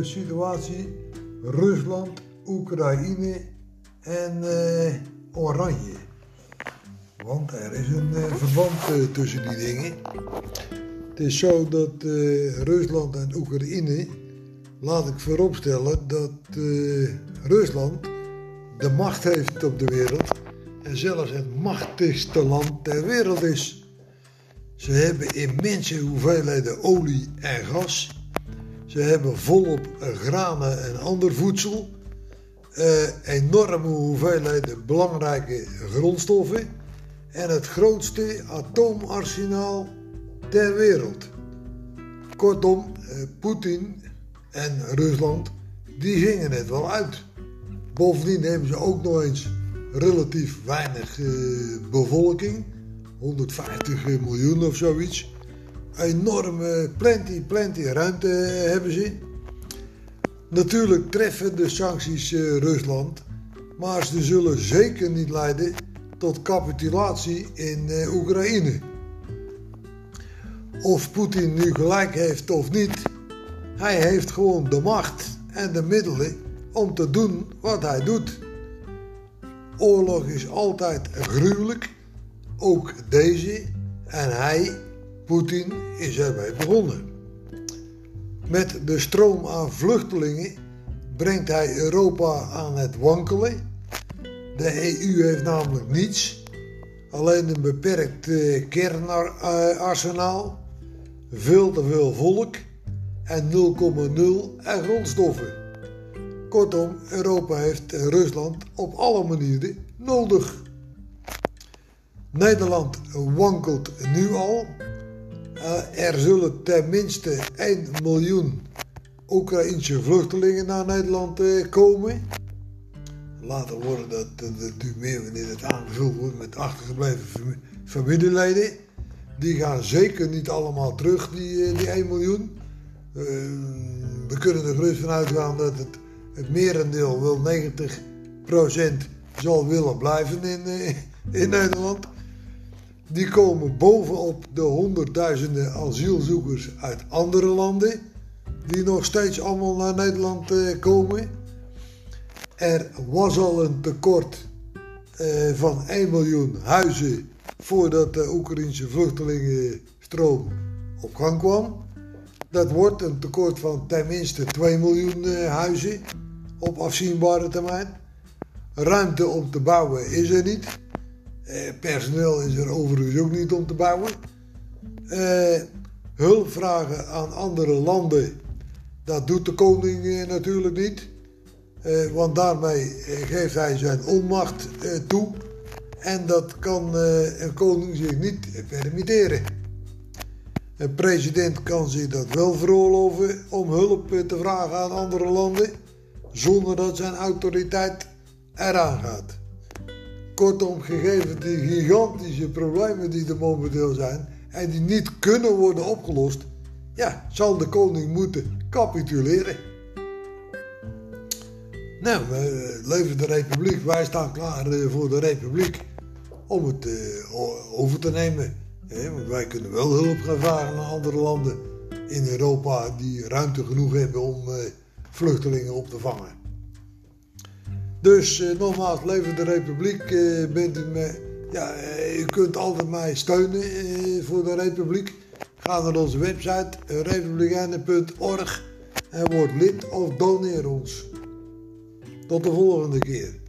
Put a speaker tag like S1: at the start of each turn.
S1: situatie Rusland, Oekraïne en Oranje. Want er is een verband tussen die dingen. Het is zo dat Rusland en Oekraïne, laat ik vooropstellen dat Rusland de macht heeft op de wereld en zelfs het machtigste land ter wereld is. Ze hebben immense hoeveelheden olie en gas. Ze hebben volop granen en ander voedsel. Enorme hoeveelheden belangrijke grondstoffen. En het grootste atoomarsenaal ter wereld. Kortom, Poetin en Rusland, die zingen het wel uit. Bovendien hebben ze ook nog eens relatief weinig bevolking. 150 miljoen of zoiets. Enorme plenty ruimte hebben ze. Natuurlijk treffen de sancties Rusland, maar ze zullen zeker niet leiden tot capitulatie in Oekraïne. Of Poetin nu gelijk heeft of niet, hij heeft gewoon de macht en de middelen om te doen wat hij doet. Oorlog is altijd gruwelijk, ook deze, en hij, Poetin, is erbij begonnen. Met de stroom aan vluchtelingen brengt hij Europa aan het wankelen. De EU heeft namelijk niets, alleen een beperkt kernarsenaal, veel te veel volk en 0,0 aan grondstoffen. Kortom, Europa heeft Rusland op alle manieren nodig. Nederland wankelt nu al. Er zullen tenminste 1 miljoen Oekraïense vluchtelingen naar Nederland komen. Later worden dat natuurlijk meer wanneer het aangevuld wordt met achtergebleven familieleden. Die gaan zeker niet allemaal terug, die 1 miljoen. We kunnen er gerust van uitgaan dat het merendeel, wel 90%, zal willen blijven in Nederland. Die komen bovenop de honderdduizenden asielzoekers uit andere landen, die nog steeds allemaal naar Nederland komen. Er was al een tekort van 1 miljoen huizen voordat de Oekraïnse vluchtelingenstroom op gang kwam. Dat wordt een tekort van tenminste 2 miljoen huizen op afzienbare termijn. Ruimte om te bouwen is er niet. Personeel is er overigens ook niet om te bouwen. Hulp vragen aan andere landen, dat doet de koning natuurlijk niet. Want daarmee geeft hij zijn onmacht toe. En dat kan een koning zich niet permitteren. Een president kan zich dat wel veroorloven om hulp te vragen aan andere landen, zonder dat zijn autoriteit eraan gaat. Kortom, gegeven de gigantische problemen die er momenteel zijn en die niet kunnen worden opgelost, ja, zal de koning moeten capituleren. Nou, leven de republiek, wij staan klaar voor de republiek om het over te nemen. Want wij kunnen wel hulp gaan vragen aan andere landen in Europa die ruimte genoeg hebben om vluchtelingen op te vangen. Dus nogmaals, leven de republiek, u kunt altijd mij steunen voor de republiek. Ga naar onze website republikeinen.org en word lid of doneer ons. Tot de volgende keer.